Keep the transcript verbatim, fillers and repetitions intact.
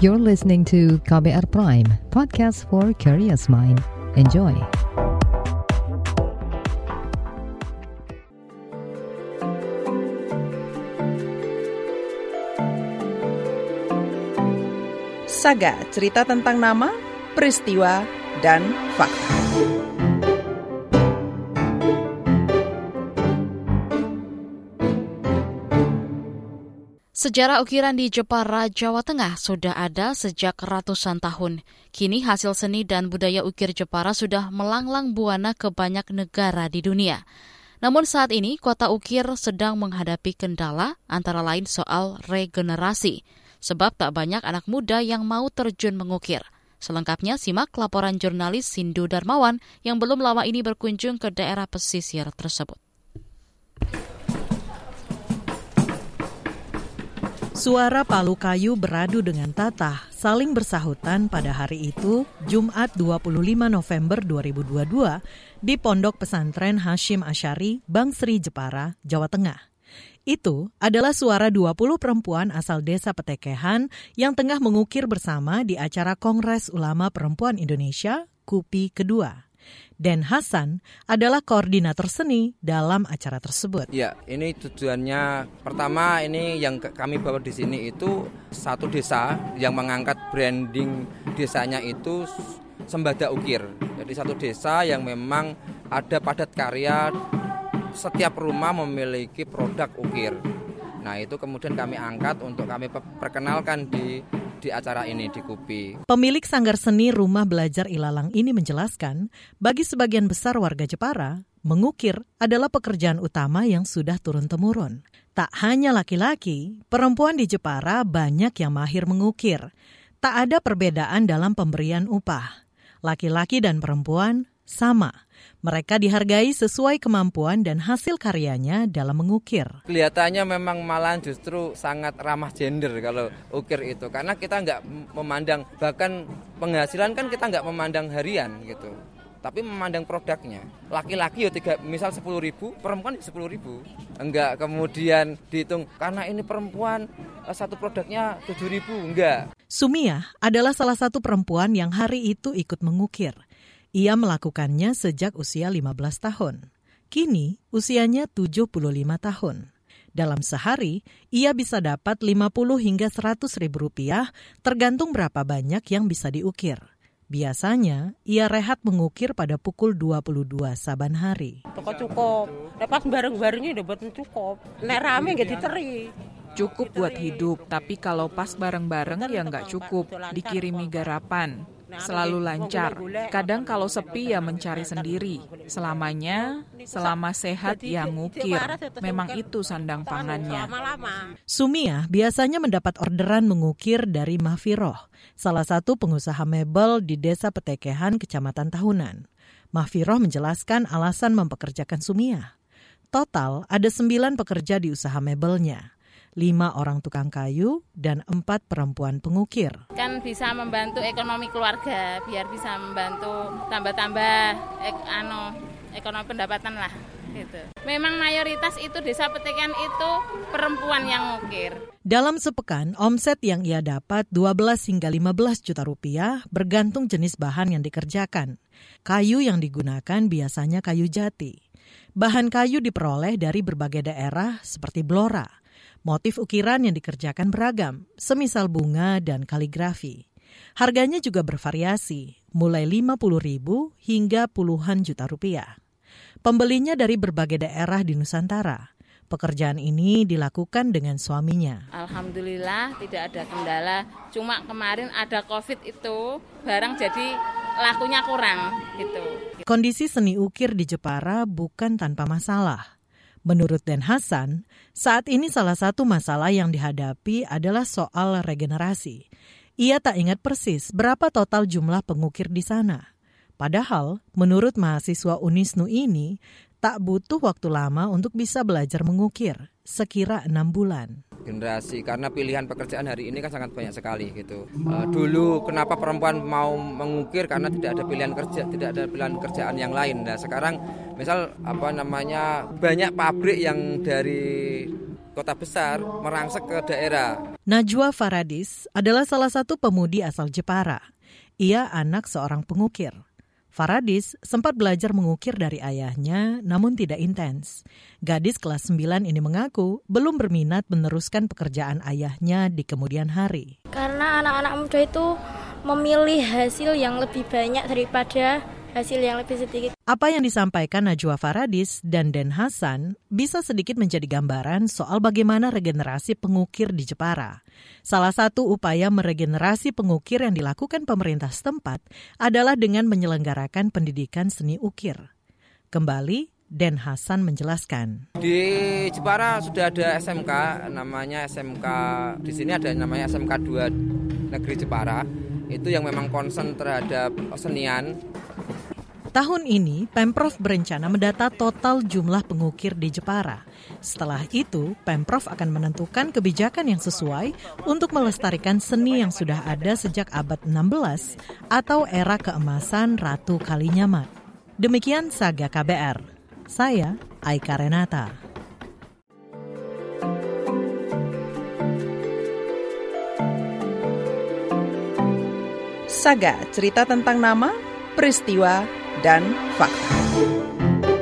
You're listening to K B R Prime, podcast for curious mind. Enjoy. Saga, cerita tentang nama, peristiwa, dan fakta. Sejarah ukiran di Jepara, Jawa Tengah sudah ada sejak ratusan tahun. Kini hasil seni dan budaya ukir Jepara sudah melanglang buana ke banyak negara di dunia. Namun saat ini kota ukir sedang menghadapi kendala antara lain soal regenerasi. Sebab tak banyak anak muda yang mau terjun mengukir. Selengkapnya simak laporan jurnalis Sindu Darmawan yang belum lama ini berkunjung ke daerah pesisir tersebut. Suara palu kayu beradu dengan tatah saling bersahutan pada hari itu, Jumat dua puluh lima November dua ribu dua puluh dua, di Pondok Pesantren Hasyim Asy'ari, Bangsri, Jepara, Jawa Tengah. Itu adalah suara dua puluh perempuan asal desa Petekehan yang tengah mengukir bersama di acara Kongres Ulama Perempuan Indonesia, KUPI kedua. Dan Hasan adalah koordinator seni dalam acara tersebut. Ya, ini tujuannya pertama ini yang kami bawa di sini itu satu desa yang mengangkat branding desanya itu Sembada Ukir. Jadi satu desa yang memang ada padat karya, setiap rumah memiliki produk ukir. Nah, itu kemudian kami angkat untuk kami perkenalkan di di acara ini di KUPI. Pemilik Sanggar Seni Rumah Belajar Ilalang ini menjelaskan, bagi sebagian besar warga Jepara, mengukir adalah pekerjaan utama yang sudah turun-temurun. Tak hanya laki-laki, perempuan di Jepara banyak yang mahir mengukir. Tak ada perbedaan dalam pemberian upah. Laki-laki dan perempuan sama. Mereka dihargai sesuai kemampuan dan hasil karyanya dalam mengukir. Kelihatannya memang malah justru sangat ramah gender kalau ukir itu. Karena kita nggak memandang, bahkan penghasilan kan kita nggak memandang harian gitu. Tapi memandang produknya. Laki-laki ya tiga, misal sepuluh ribu, perempuan sepuluh ribu. Enggak kemudian dihitung, karena ini perempuan satu produknya tujuh ribu, enggak. Sumiyah adalah salah satu perempuan yang hari itu ikut mengukir. Ia melakukannya sejak usia lima belas tahun. Kini usianya tujuh puluh lima tahun. Dalam sehari, ia bisa dapat lima puluh hingga seratus ribu rupiah tergantung berapa banyak yang bisa diukir. Biasanya, ia rehat mengukir pada pukul dua puluh dua saban hari. Cukup cukup. Lepas bareng-barengnya udah buat cukup. Nek rame nggak diteri. Cukup buat hidup, tapi kalau pas bareng-bareng ya nggak cukup. Dikirimi garapan. Selalu lancar. Kadang kalau sepi ya mencari sendiri. Selamanya, selama sehat ya ngukir. Memang itu sandang pangannya. Sumiyah biasanya mendapat orderan mengukir dari Mahfiroh, salah satu pengusaha mebel di Desa Petekehan, Kecamatan Tahunan. Mahfiroh menjelaskan alasan mempekerjakan Sumiyah. Total ada sembilan pekerja di usaha mebelnya. Lima orang tukang kayu, dan empat perempuan pengukir. Kan bisa membantu ekonomi keluarga, biar bisa membantu tambah-tambah ek, ano, ekonomi pendapatan lah. Gitu. Memang mayoritas itu desa Petekehan itu perempuan yang ngukir. Dalam sepekan, omset yang ia dapat dua belas hingga lima belas juta rupiah bergantung jenis bahan yang dikerjakan. Kayu yang digunakan biasanya kayu jati. Bahan kayu diperoleh dari berbagai daerah seperti Blora. Motif ukiran yang dikerjakan beragam, semisal bunga dan kaligrafi. Harganya juga bervariasi, mulai lima puluh ribu hingga puluhan juta rupiah. Pembelinya dari berbagai daerah di Nusantara. Pekerjaan ini dilakukan dengan suaminya. Alhamdulillah tidak ada kendala, cuma kemarin ada COVID itu, barang jadi lakunya kurang gitu. Kondisi seni ukir di Jepara bukan tanpa masalah. Menurut Den Hasan, saat ini salah satu masalah yang dihadapi adalah soal regenerasi. Ia tak ingat persis berapa total jumlah pengukir di sana. Padahal, menurut mahasiswa Unisnu ini, tak butuh waktu lama untuk bisa belajar mengukir, sekira enam bulan. Generasi, karena pilihan pekerjaan hari ini kan sangat banyak sekali gitu. Uh, dulu kenapa perempuan mau mengukir karena tidak ada pilihan kerja, tidak ada pilihan kerjaan yang lain. Nah sekarang misal apa namanya banyak pabrik yang dari kota besar merangsek ke daerah. Najwa Faradis adalah salah satu pemudi asal Jepara. Ia anak seorang pengukir. Faradis sempat belajar mengukir dari ayahnya, namun tidak intens. Gadis kelas sembilan ini mengaku belum berminat meneruskan pekerjaan ayahnya di kemudian hari. Karena anak-anak muda itu memilih hasil yang lebih banyak daripada hasil yang lebih sedikit. Apa yang disampaikan Najwa Faradis dan Den Hasan bisa sedikit menjadi gambaran soal bagaimana regenerasi pengukir di Jepara. Salah satu upaya meregenerasi pengukir yang dilakukan pemerintah setempat adalah dengan menyelenggarakan pendidikan seni ukir. Kembali, Den Hasan menjelaskan. Di Jepara sudah ada S M K, namanya S M K, di sini ada namanya S M K dua Negeri Jepara. Itu yang memang concern terhadap kesenian. Tahun ini, Pemprov berencana mendata total jumlah pengukir di Jepara. Setelah itu, Pemprov akan menentukan kebijakan yang sesuai untuk melestarikan seni yang sudah ada sejak abad enam belas atau era keemasan Ratu Kalinyamat. Demikian Saga K B R. Saya, Aika Renata. Saga, cerita tentang nama, peristiwa, dan fakta.